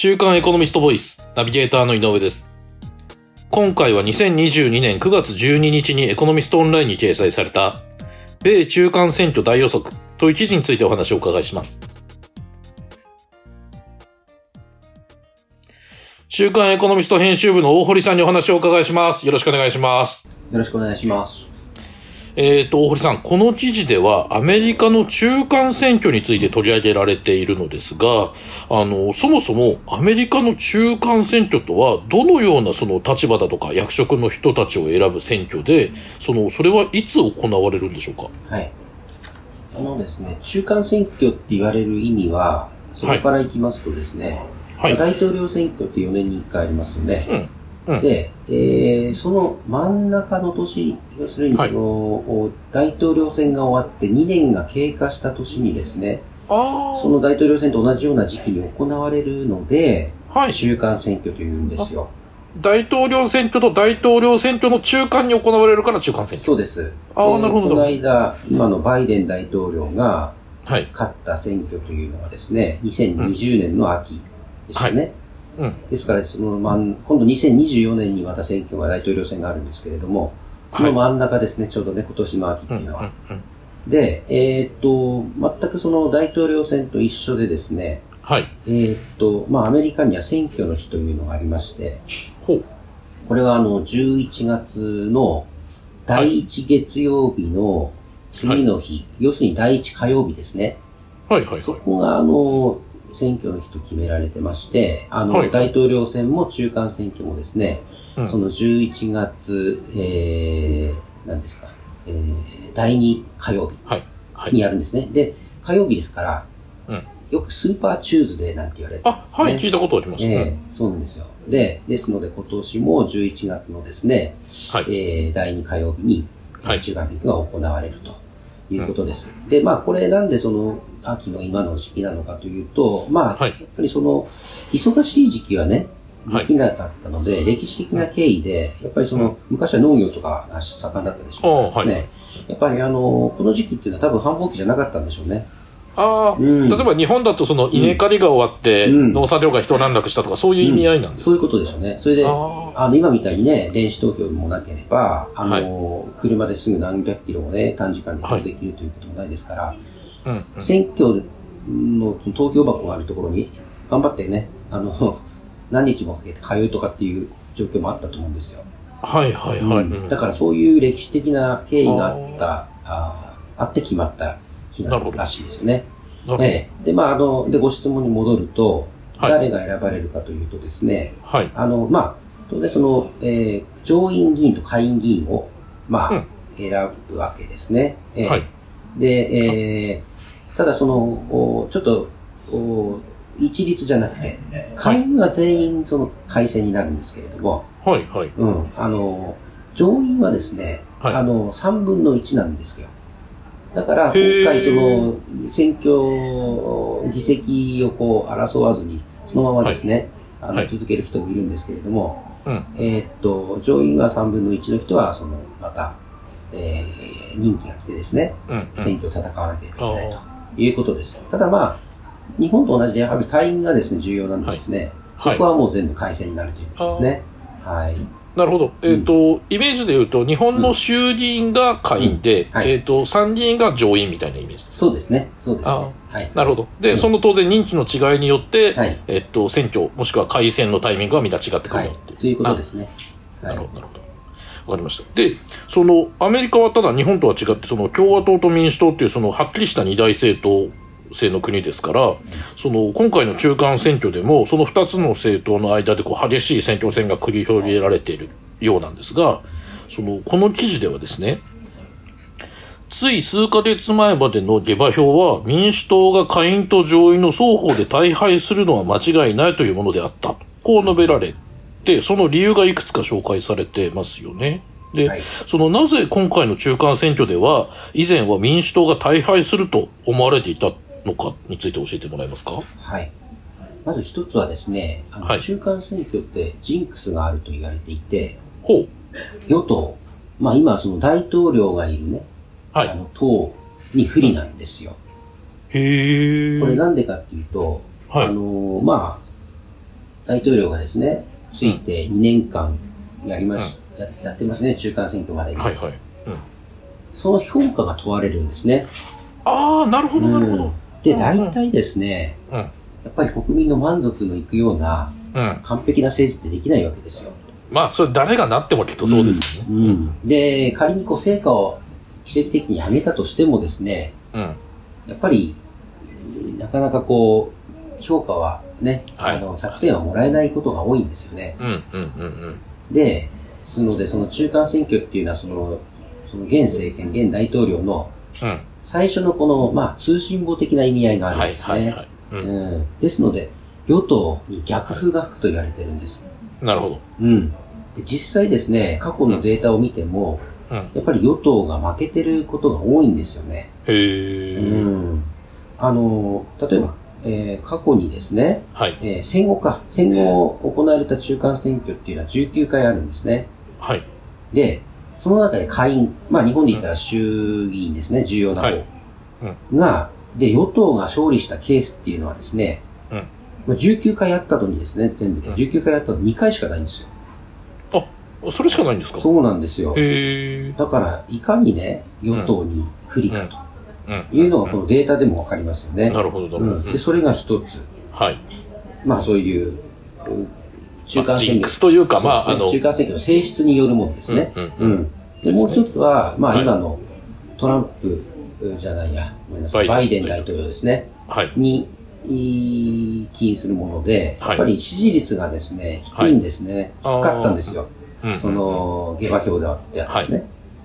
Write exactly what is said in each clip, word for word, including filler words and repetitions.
週刊エコノミストボイスナビゲーターの井上です。今回はにせんにじゅうにねんくがつじゅうににちにエコノミストオンラインに掲載された米中間選挙大予測という記事についてお話をお伺いします。週刊エコノミスト編集部の大堀さんにお話をお伺いします。よろしくお願いします。 よろしくお願いします。 えーと、大堀さん、この記事ではアメリカの中間選挙について取り上げられているのですが、あの、そもそもアメリカの中間選挙とはどのようなその立場だとか役職の人たちを選ぶ選挙で、その、それはいつ行われるんでしょうか？ はい。あのですね、中間選挙って言われる意味は、そこからいきますとですね、はい、大統領選挙ってよねんにいっかいありますので、うんうん、で、えー、その真ん中の年、要するにその、はい、大統領選が終わってにねんが経過した年にですね、あその大統領選と同じような時期に行われるので、はい、中間選挙というんですよ。 大統領選挙と大統領選挙の中間に行われるから中間選挙。 そうです。 ああ、なるほど。 この間、今のバイデン大統領が勝った選挙というのはですね、にせんにじゅうねんの秋でしたね。はいうん、ですからその、ま、今度にせんにじゅうよねんにまた選挙が大統領選があるんですけれども、その真ん中ですね、はい、ちょうどね、今年の秋っていうのは。うんうんうん、で、えー、っと、全くその大統領選と一緒でですね、はい、えー、っと、まあ、アメリカには選挙の日というのがありまして、ほうこれはあの、じゅういちがつのだいいち月曜日の次の日、はい、要するにだいいち火曜日ですね。はいはいはい、そこがあの、選挙の日と決められてまして、あの、はい、大統領選も中間選挙もですね、うん、そのじゅういちがつ、えー、何ですか、えー、だいに火曜日にやるんですね。はいはい、で、火曜日ですから、うん、よくスーパーチューズデーなんて言われてますね。 あ、はい、聞いたことありますね。 えー、そうなんですよ。で、ですので今年もじゅういちがつのですね、はい、えー、だいに火曜日に中間選挙が行われるということです。うん、で、まあこれなんでその、秋の今の時期なのかというと、まあ、はい、やっぱりその、忙しい時期はね、できなかったので、はい、歴史的な経緯で、やっぱりその、うん、昔は農業とか盛んだったでしょうからですね、はい、やっぱりあの、この時期っていうのは多分繁忙期じゃなかったんでしょうね。 ああ、うん、例えば日本だとその稲刈りが終わって、農作業が一段落したとか、そういう意味合いなんですか？ うんうん、そういうことでしょうね。それで、ああの、今みたいにね、電子投票もなければ、あの、はい、車ですぐ何百キロをね、短時間で移動できるということもないですから、うんうん、選挙の投票箱があるところに頑張ってね、あの、何日もかけて通うとかっていう状況もあったと思うんですよ。 はいはいはい。うん、 だからそういう歴史的な経緯があった、あ, あって決まった日ならしいですよね。ええ、で、まあ、あの、で、ご質問に戻ると、はい、誰が選ばれるかというとですね、はい、あの、まあ、当然その、えー、上院議員と下院議員を、まあ、うん、選ぶわけですね。えーはい、で、えーただその、ちょっと、一律じゃなくて、下院は全員その改選になるんですけれども、はいはい。うん。あの、上院はですね、はい、あの、三分の一なんですよ。だから、今回その、選挙、議席をこう、争わずに、そのままですね、はい、あの、はい、続ける人もいるんですけれども、うん、えー、っと、上院は三分の一の人は、その、また、えー、任期が来てですね、うんうん、選挙を戦わなければいけないと。いうことです。ただまあ、日本と同じでやはり下院がですね、重要なんでですね、はい、そこはもう全部改選になるということですね。はい。 なるほど。えっ、ー、と、うん、イメージで言うと、日本の衆議院が下院で、うんはい、えっ、ー、と、参議院が上院みたいなイメージです。 そうですね。そうですね。 はい。なるほど。で、うん、その当然任期の違いによって、はい、えっ、ー、と、選挙、もしくは改選のタイミングはみんな違ってくるよっていう。 はい、ということですね。 なるほど、なるほど。わかりました。で、その、アメリカはただ日本とは違って、その、共和党と民主党っていう、その、はっきりした二大政党、制の国ですから、その今回の中間選挙でもそのふたつの政党の間でこう激しい選挙戦が繰り広げられているようなんですが、そのこの記事ではですね、つい数ヶ月前までの下馬評は民主党が下院と上院の双方で大敗するのは間違いないというものであった、こう述べられて、その理由がいくつか紹介されてますよね。で、はい、そのなぜ今回の中間選挙では以前は民主党が大敗すると思われていたのかについて教えてもらえますか？ はい。まず一つはですね、あの、はい、中間選挙ってジンクスがあると言われていて、ほう。与党、まあ今その大統領がいるね、はい、あの党に不利なんですよ。へー。これなんでかっていうと、はい、あの、まあ、 大統領がですね、ついてにねんかんやりまし、うん、や, やってますね、中間選挙までに。 はいはい。うん、 その評価が問われるんですね。 ああ、なるほど、なるほど。 うん、で、大体ですね、うん、やっぱり国民の満足のいくような、うん、完璧な政治ってできないわけですよ。 まあ、それ誰がなってもきっとそうですよね。 うんうん、で、仮にこう成果を奇跡的に上げたとしてもですね、うん、やっぱり、なかなかこう、評価はね、はい、あの、ひゃくてんはもらえないことが多いんですよね。うんうんうんうん、で、ですので、その中間選挙っていうのは、その、その現政権、現大統領の、最初のこの、まあ、通信簿的な意味合いがあるんですね。はいはいはい、うんうん。ですので、与党に逆風が吹くと言われてるんです。 なるほど。 うん。で、実際ですね、過去のデータを見ても、うん、やっぱり与党が負けてることが多いんですよね。 へー。 うん。あの、例えば、えー、過去にですね、はい、えー、戦後か、戦後行われた中間選挙っていうのはじゅうきゅうかいあるんですね。はい。で、その中で下院、まあ日本で言ったら衆議院ですね、重要な方、はい、うん、が、で、与党が勝利したケースっていうのはですね、うん、じゅうきゅうかいあったのにですね、全部でじゅうきゅうかいあったのににかいしかないんですよ。 あ、それしかないんですか？ そうなんですよ。 へー。 だから、いかにね、与党に不利かと。うん、いうのがこのデータでもわかりますよね。 なるほど、 うん。で、それが一つ。はい。まあそういう、中間選挙。 ジンクスというか、まあ、あの。 中間選挙の性質によるものですね。うん。うんうん、で、もう一つは、まあ今のトランプじゃないや、ごめんなさい、バイデン大統領ですね。はい。に、起因するもので、やっぱり支持率がですね、低いんですね。はい、低かったんですよ。その、下馬評ではですね。はい、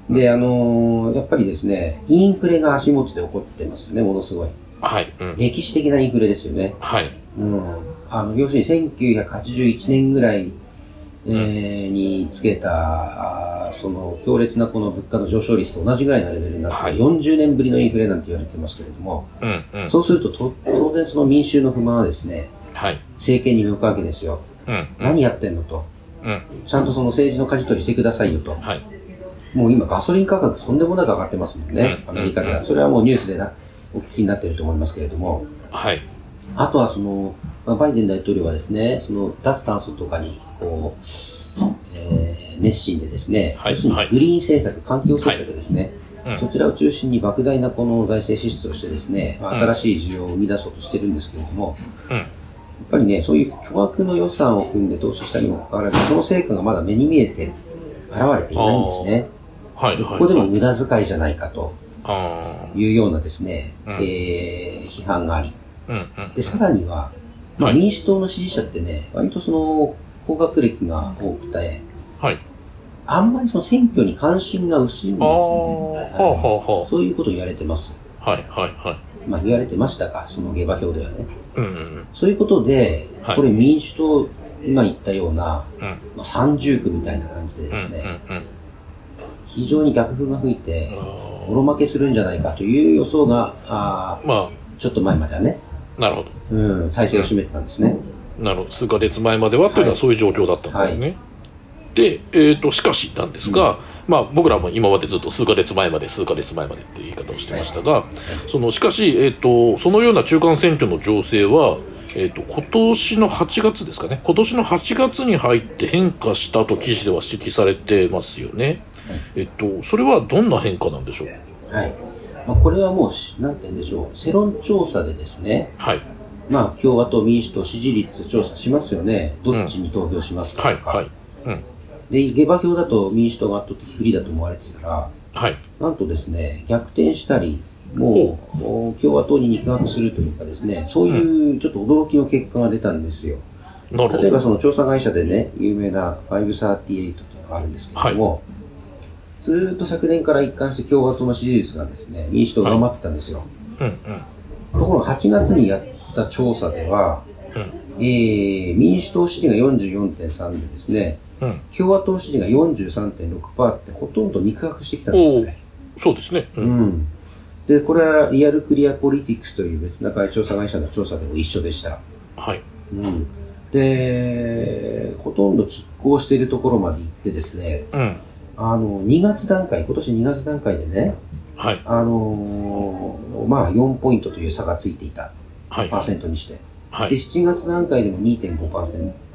で、あのー、やっぱりですね、インフレが足元で起こってますよね、ものすごい。はい。うん、歴史的なインフレですよね。はい。うん。あの、要するにせんきゅうひゃくはちじゅういちねんぐらい、えー、につけた、あその、強烈なこの物価の上昇率と同じぐらいのレベルになって、はい、よんじゅうねんぶりのインフレなんて言われてますけれども、うんうん、そうするとと、当然その民衆の不満はですね、はい、政権に向くわけですよ。うんうん、何やってんのと。うん、ちゃんとその政治の舵取りしてくださいよと。はい、もう今ガソリン価格とんでもなく上がってますもんね、うん、アメリカでは。それはもうニュースでなお聞きになっていると思いますけれども。はい。あとはその、まあ、バイデン大統領はですね、その脱炭素とかに、こう、えー、熱心でですね、はい、要するにグリーン政策、環境政策ですね、はい、うん、そちらを中心に莫大なこの財政支出をしてですね、まあ、新しい需要を生み出そうとしてるんですけれども、うん、やっぱりね、そういう巨額の予算を組んで投資したにもかかわらず、その成果がまだ目に見えて現れていないんですね。はいはいはい、ここでも無駄遣いじゃないかというようなですね、うん、えー、批判があり、うんうん、でさらには、まあ、民主党の支持者ってね、割とその高学歴が多くて、はい、あんまりその選挙に関心が薄いんですよね。はあはあ、そういうことを言われてます。はいはいはい。まあ言われてましたか、その下馬評ではね。うんうん、そういうことで、はい、これ民主党、今言ったような、うん、まあ、三重苦みたいな感じでですね、うんうんうん、非常に逆風が吹いて、ボロ負けするんじゃないかという予想が、あまあ、ちょっと前まではね、なるほど。うん、体制を占めてたんですね。 うん、なるほど。数ヶ月前まではというのはそういう状況だったんですね。はいはい、で、えーと、しかしなんですが、うん、まあ僕らも今までずっと数ヶ月前まで数ヶ月前までっていう言い方をしてましたが、はいはい、そのしかし、えーと、そのような中間選挙の情勢は、えーと、今年のはちがつですかね。今年のはちがつに入って変化したと記事では指摘されてますよね。はい、えっと、それはどんな変化なんでしょう？ はい。まあ、これはもう、なんて言うんでしょう。世論調査でですね。はい。まあ、共和党、民主党支持率調査しますよね。どっちに投票しますかとか。うん、はい、はい。うん。で、下馬評だと民主党が圧倒的不利だと思われてたら、はい。なんとですね、逆転したり、もう、共和党に肉薄するというかですね、そういうちょっと驚きの結果が出たんですよ。うん、なるほど。例えばその調査会社でね、有名なごさんさんはちというのがあるんですけれども、はい、ずーっと昨年から一貫して共和党の支持率がですね、民主党を上回ってたんですよ。はい、うんうん、ところがはちがつにやった調査では、うん、えー、民主党支持が よんじゅうよんてんさん でですね、うん、共和党支持が よんじゅうさんてんろくパーセント ってほとんど肉薄してきたんですよね。 そうですね。うん。うん、 で、これはリアルクリアポリティクスという別な調査会社の調査でも一緒でした。はい。うん。で、ほとんど拮抗しているところまで行ってですね、うん。あの、にがつ段階、今年にがつ段階でね、はい。あのー、まあ、よんポイントという差がついていた。はい。パーセントにして。はい。で、しちがつ段階でも にてんごパーセン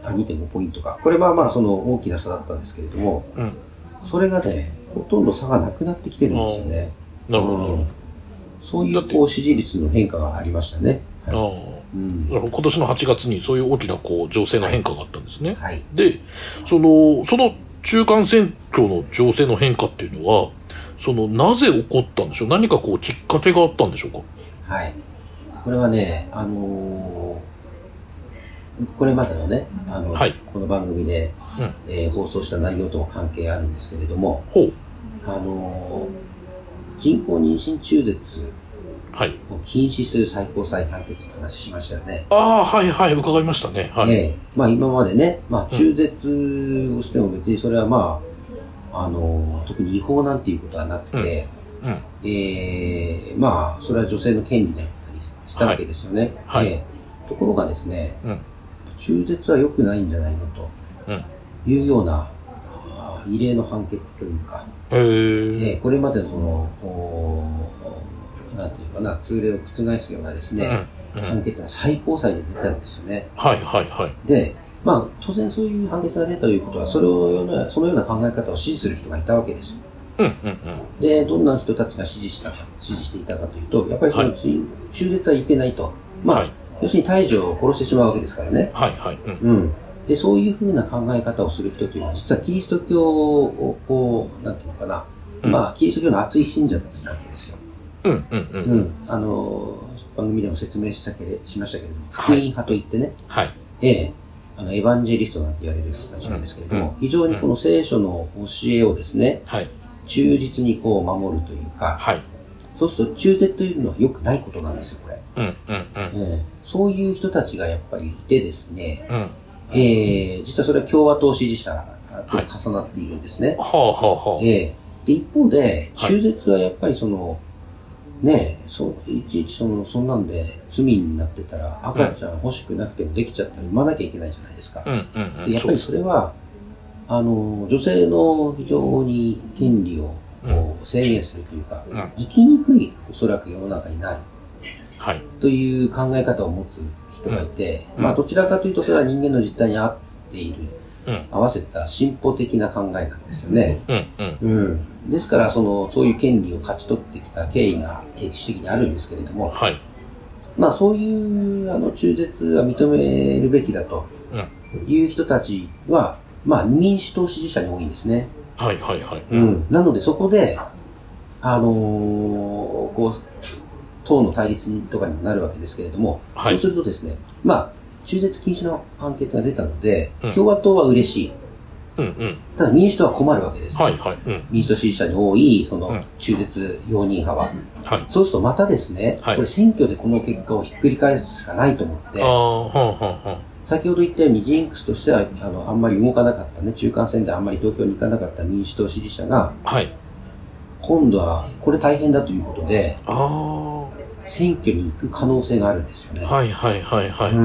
にてんごポイントか。これまあまあその大きな差だったんですけれども、うん、それがね、ほとんど差がなくなってきてるんですよね。 なるほど。うん、 そういうこう支持率の変化がありましたね。はい、あうん、今年のはちがつにそういう大きなこう情勢の変化があったんですね。 はい、 で、その、その中間選挙の情勢の変化っていうのは、そのなぜ起こったんでしょう。何かこうきっかけがあったんでしょうか。 はい。これはね、あのー、これまでのね、あの、はい、この番組で、うん、えー、放送した内容とも関係あるんですけれども、 ほう。 あのー、人工妊娠中絶を禁止する最高裁判決の話しましたよね。 ああ、はいはい、伺いましたね。はい。 えー、まあ今までね、まあ中絶をしても別にそれはまあ、あのー、特に違法なんていうことはなくて、うんうん、えー、まあ、それは女性の権利だったりしたわけですよね。はいはい、えー、ところがですね、うん、中絶は良くないんじゃないのというような、うん、異例の判決というか、 えーえー、これまでのその、なんていうかな、通例を覆すようなですね、うんうん、判決が最高裁で出たんですよね。 はいはいはい。 で、まあ、当然そういう判決が出たということは、それをような、そのような考え方を支持する人がいたわけです。 うんうんうん、 で、どんな人たちが支持したか、支持していたかというと、やっぱりその、はい、中絶はいけないと。まあ、はい、要するに胎児を殺してしまうわけですからね。 はいはい。うん。 うん、で、そういうふうな考え方をする人というのは、実はキリスト教を、こう、なんていうのかな、うん、まあ、キリスト教の熱い信者たちなわけですよ。 うんうんうん。 うん。あの、番組でも説明したけれ、しましたけれども、福音派といってね、 はい。 ええ、あの、エヴァンジェリストなんて言われる人たちなんですけれども、うん、非常にこの聖書の教えをですね、はい。忠実にこう守るというか、はい、そうすると中絶というのは良くないことなんですよ、これ。 うんうんうんえー、そういう人たちがやっぱりいてですね、うん、えー、実はそれは共和党支持者と重なっているんですね。 はい、はあはあはあ、 えー、で一方で、中絶はやっぱりその、ねえ、そう、いちいちその、そんなんで罪になってたら、赤ちゃん欲しくなくてもできちゃったら産まなきゃいけないじゃないですか。 うんうんうん、 でやっぱりそれは、あの、女性の非常に権利をこう制限するというか、うん、生きにくい、おそらく世の中になる。 はい。 という考え方を持つ人がいて、うん、まあどちらかというとそれは人間の実態に合っている、うん、合わせた進歩的な考えなんですよね。 うんうん。 うん。ですから、その、そういう権利を勝ち取ってきた経緯が歴史的にあるんですけれども、 はい。 まあそういう、あの、中絶は認めるべきだという人たちは、まあ民主党支持者に多いんですね。 はいはいはい。 うん。なのでそこで、あのー、こう、党の対立とかにもなるわけですけれども、はい、そうするとですね、まあ、中絶禁止の判決が出たので、うん、共和党は嬉しい。 うんうん、 ただ民主党は困るわけです、ね。 はいはい。うん、 民主党支持者に多い、その、中絶容認派は。はい、そうするとまたですね、はい、これ選挙でこの結果をひっくり返すしかないと思って、 あははは先ほど言ったようにジンクスとしては、あの、あんまり動かなかったね、中間選であんまり投票に行かなかった民主党支持者が、 はい、 今度はこれ大変だということで、 あ選挙に行く可能性があるんですよね。 はいはいはいはい。 うん、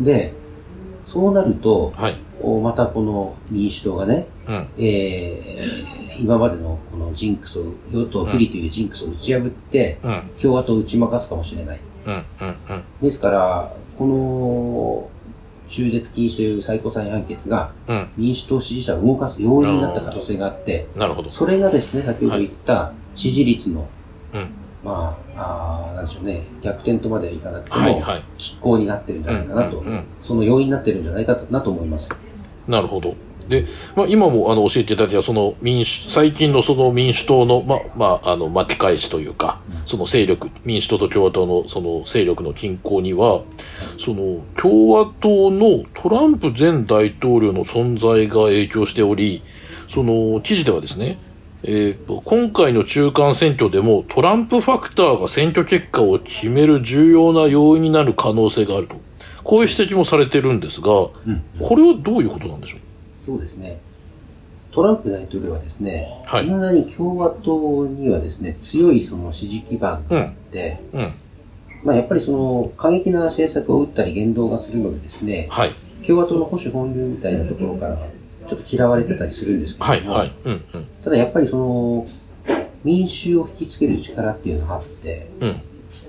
で、そうなると、 はい、 またこの民主党がね、 うん、 えー、今までのこのジンクスを、与党不利というジンクスを打ち破って、うん、共和党を打ち負かすかもしれない。 うんうんうん、 ですから、この中絶禁止という最高裁判決が、民主党支持者を動かす要因になった可能性があって、 なるほど。 それがですね、先ほど言った支持率の、 はい、 まあ、あなんでしょうね、逆転とまではいかなくても、 はいはい、 拮抗になってるんじゃないかなと、うんうんうん、その要因になってるんじゃないかなと思います。 なるほど。で、まあ、今もあの教えていただいたその民主最近のその民主党のまあまああの巻き返しというか、うん、その勢力民主党と共和党のその勢力の均衡には、うん、その共和党のトランプ前大統領の存在が影響しており、その記事ではですね、えー、今回の中間選挙でもトランプファクターが選挙結果を決める重要な要因になる可能性があると、こういう指摘もされてるんですが、うん、これはどういうことなんでしょう。 そうですね。トランプ大統領はですね、はい、未だに共和党にはですね、強いその支持基盤があって、うんうん、まあやっぱりその過激な政策を打ったり言動がするのでですね、はい、共和党の保守本流みたいなところからちょっと嫌われてたりするんですけれども、はいはいうんうん、ただやっぱりその民衆を引きつける力っていうのがあって、うん、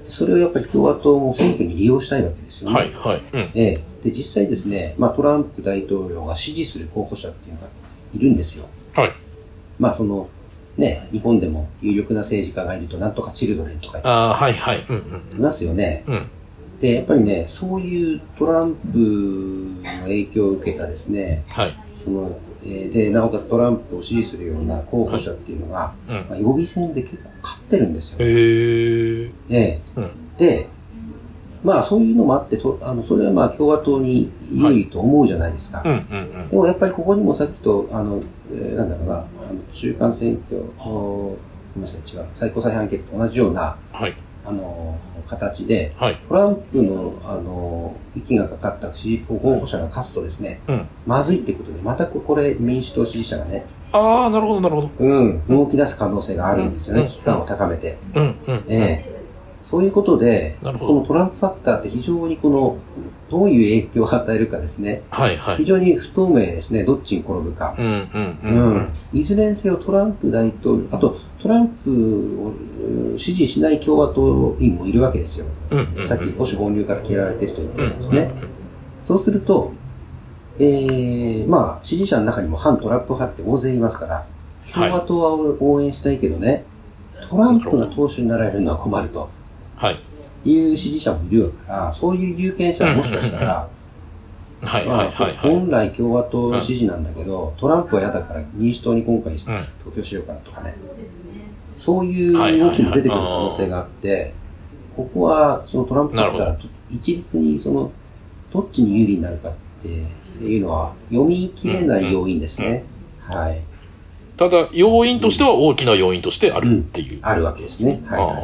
それをやっぱり共和党も選挙に利用したいわけですよね。 はいはい。うん、 ええ、で実際ですね、まあ、トランプ大統領が支持する候補者っていうのがいるんですよ。 はい。 まあそのね、日本でも有力な政治家がいると、なんとかチルドレンとかああ、はいはい。うんうん、 いますよね。 うん。 で、やっぱりね、そういうトランプの影響を受けたですね、 はい。 そのえー、で、なおかつトランプを支持するような候補者っていうのが、はい、うん、まあ、予備選で結構勝ってるんですよ。 へー。 ええ、うん。で、まあそういうのもあってと、あのそれはまあ共和党に有利と思うじゃないですか。はい、うんうんうん、でもやっぱりここにもさっきと、あの、えー、なんだろうな、あの中間選挙の、ごめんなさい、違う、最高裁判決と同じような、はい、あの、形で、はい、トランプの、あの、息がかかった候補者が勝つとですね、うん、まずいってことで、またこれ民主党支持者がね、 ああ、なるほど、なるほど。 うん、動き出す可能性があるんですよね、うん、危機感を高めて。うん、うん、ええ、そういうことで、このトランプファクターって非常にこの、どういう影響を与えるかですね。はいはい。非常に不透明ですね。どっちに転ぶか。うんうんうん、うん。いずれにせよトランプ大統領、あとトランプを支持しない共和党員もいるわけですよ。うんうんうん、さっき保守本流から消えられていると言ったんですね。うんうんうん、そうすると、えー、まあ、支持者の中にも反トランプ派って大勢いますから、共和党は応援したいけどね、はい、トランプが党首になられるのは困ると。はい。いう支持者もいるから、そういう有権者はもしかしたら、はいはいはい。本来共和党の支持なんだけど、うん、トランプは嫌だから民主党に今回投票しようかなとかね。そういう動きも出てくる可能性があって、ここはそのトランプが一律にその、どっちに有利になるかっていうのは読み切れない要因ですね。うんうん、はい。 ただ、要因としては大きな要因としてあるっていう。 うん、あるわけですね。はい、はい。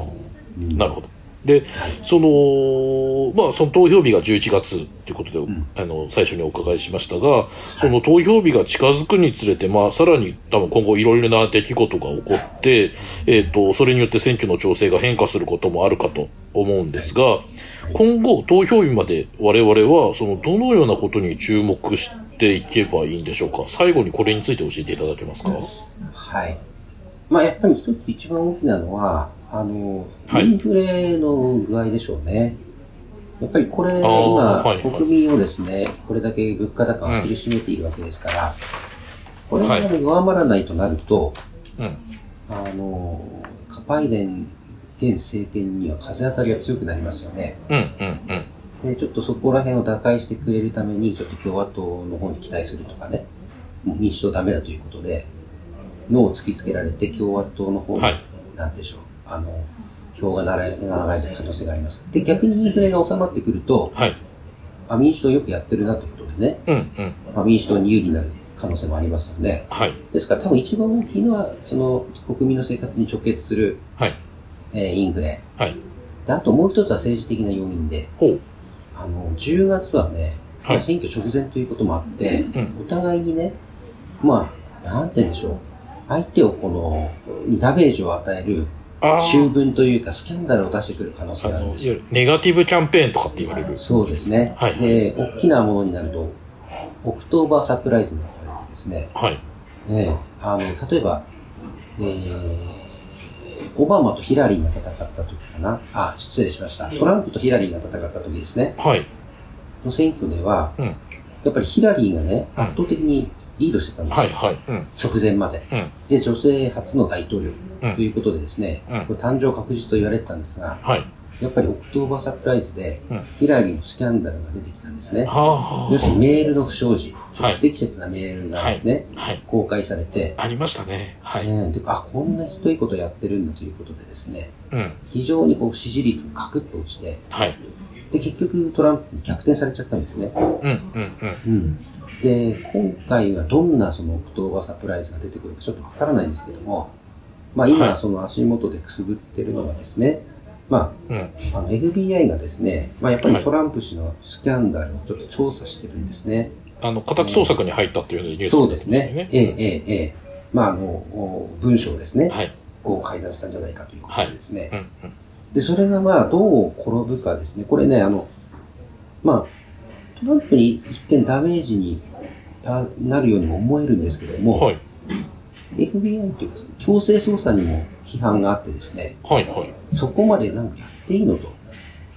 なるほど。で、はい、その、まあ、その投票日がじゅういちがつということで、うん、あの、最初にお伺いしましたが、はい、その投票日が近づくにつれて、まあ、さらに多分今後いろいろな出来事が起こって、えっと、それによって選挙の調整が変化することもあるかと思うんですが、はいはい、今後投票日まで我々は、その、どのようなことに注目していけばいいんでしょうか。最後にこれについて教えていただけますか。 はい。まあ、やっぱり一つ一番大きなのは、あの、インフレの具合でしょうね。やっぱりこれ、今、はいはい、国民をですね、これだけ物価高が苦しめているわけですから、うん、これが弱まらないとなると、はい、あの、カバイデン現政権には風当たりが強くなりますよね。うんうんうん、でちょっとそこら辺を打開してくれるために、ちょっと共和党の方に期待するとかね、もう民主党ダメだということで、脳を突きつけられて共和党の方に、はい、なんでしょう。あの、票が流れる可能性があります。で、逆にインフレが収まってくると、はい、あ、民主党よくやってるなということでね、うんうんまあ、民主党に有利になる可能性もありますので、はい、ですから多分一番大きいのは、その国民の生活に直結する、はいえー、インフレ、はいで。あともう一つは政治的な要因で、ほうあのじゅうがつはね、はい、選挙直前ということもあって、うん、お互いにね、まあ、なんて言うんでしょう、相手をこの、にダメージを与える、醜聞というかスキャンダルを出してくる可能性があるんですよ。 ネガティブキャンペーンとかって言われる。 そうですね。はい、で、大きなものになると、オクトーバーサプライズになって言われてですね。はい。ね、あの、例えば、えー、オバマとヒラリーが戦った時かな。あ、失礼しました。トランプとヒラリーが戦った時ですね。はい。の選挙では、うん、やっぱりヒラリーがね、圧倒的にリードしてたんですよ。はいはいうん、直前まで、うん。で、女性初の大統領ということでですね、うん、これ誕生確実と言われてたんですが、はい、やっぱりオクトーバーサプライズで、うん、ヒラリーのスキャンダルが出てきたんですね。はあ、要するにメールの不祥事、ちょっと不適切なメールがですね、はいはい、公開されて、 ありましたね。はい。 うん、であ、こんなひどいことやってるんだということでですね、うん、非常にこう支持率がカクッと落ちて、はい、で、結局トランプに逆転されちゃったんですね。うん、うん、うん。うんで、今回はどんなそのオクトーバーサプライズが出てくるかちょっとわからないんですけども、まあ今その足元でくすぶってるのはですね、まあ、うん、あの エフビーアイ がですね、まあやっぱりトランプ氏のスキャンダルをちょっと調査してるんですね。 あの、家宅捜索に入ったというニュース、ね、 そうですね。ええ、ええ、ええ。まああの、文章ですね。はい。こう改ざんしたんじゃないかということでですね。はいうんうん、で、それがまあどう転ぶかですね。これね、あの、まあ、トランプに一見ダメージになるようにも思えるんですけども、はい、エフビーアイ というか強制捜査にも批判があってですね、はいはい、そこまでなんかやっていいのと、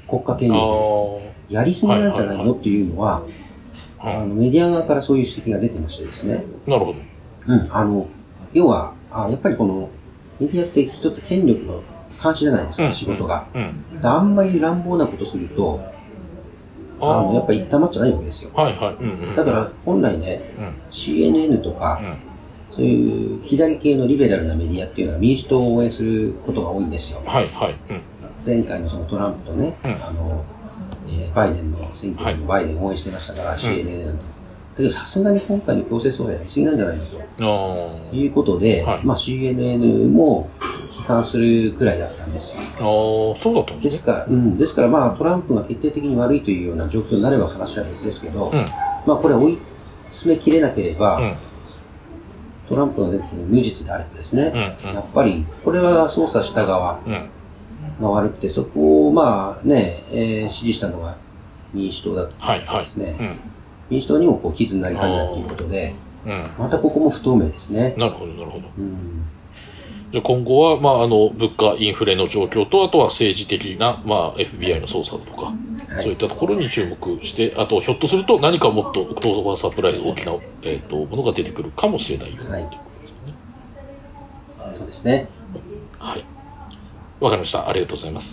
国家権力でやりすぎなんじゃないのっていうのは、あのメディア側からそういう指摘が出てましてですね。 なるほど。 うん、あの、要は、あやっぱりこの、メディアって一つ権力の監視じゃないですか、うん、仕事が、うんうん。あんまり乱暴なことすると、あの、やっぱり黙っちゃないわけですよ。 はいはい。うんうん、 だから、本来ね、うん、シーエヌエヌ とか、うん、そういう左系のリベラルなメディアっていうのは民主党を応援することが多いんですよ。 はいはい。うん、 前回のそのトランプとね、うん、あの、えー、バイデンの選挙でもバイデンを応援してましたから、はい、シーエヌエヌ なんて。だけどさすがに今回の強制捜査やりすぎなんじゃないのということで、はい、まあ シーエヌエヌ も批判するくらいだったんですよ。 ああ、そうだったんですね。 ですから、うん、ですからまあトランプが決定的に悪いというような状況になれば話は別ですけど、うん、まあこれ追い詰めきれなければ、うん、トランプが無実であればですね、うんうん、やっぱりこれは捜査した側が悪くて、そこをまあね、えー、支持したのが民主党だったんですね。はいはい、うん、民主党にもこう傷になりかねないということで、うん、またここも不透明ですね。 なるほど、なるほど。うん、で今後は、まあ、あの、物価、インフレの状況と、あとは政治的な、まあ、エフビーアイ の捜査だとか、はい、そういったところに注目して、あと、ひょっとすると何かもっとクローズオーバーサプライズ、大きな、えっと、ものが出てくるかもしれないよ、はい、ということですね。 そうですね。 はい。わかりました。ありがとうございます。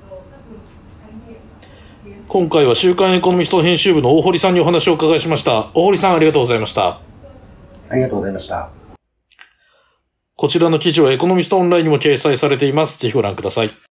今回は週刊エコノミスト編集部の大堀さんにお話をお伺いしました。大堀さん、ありがとうございました。 ありがとうございました。 こちらの記事はエコノミストオンラインにも掲載されています。ぜひご覧ください。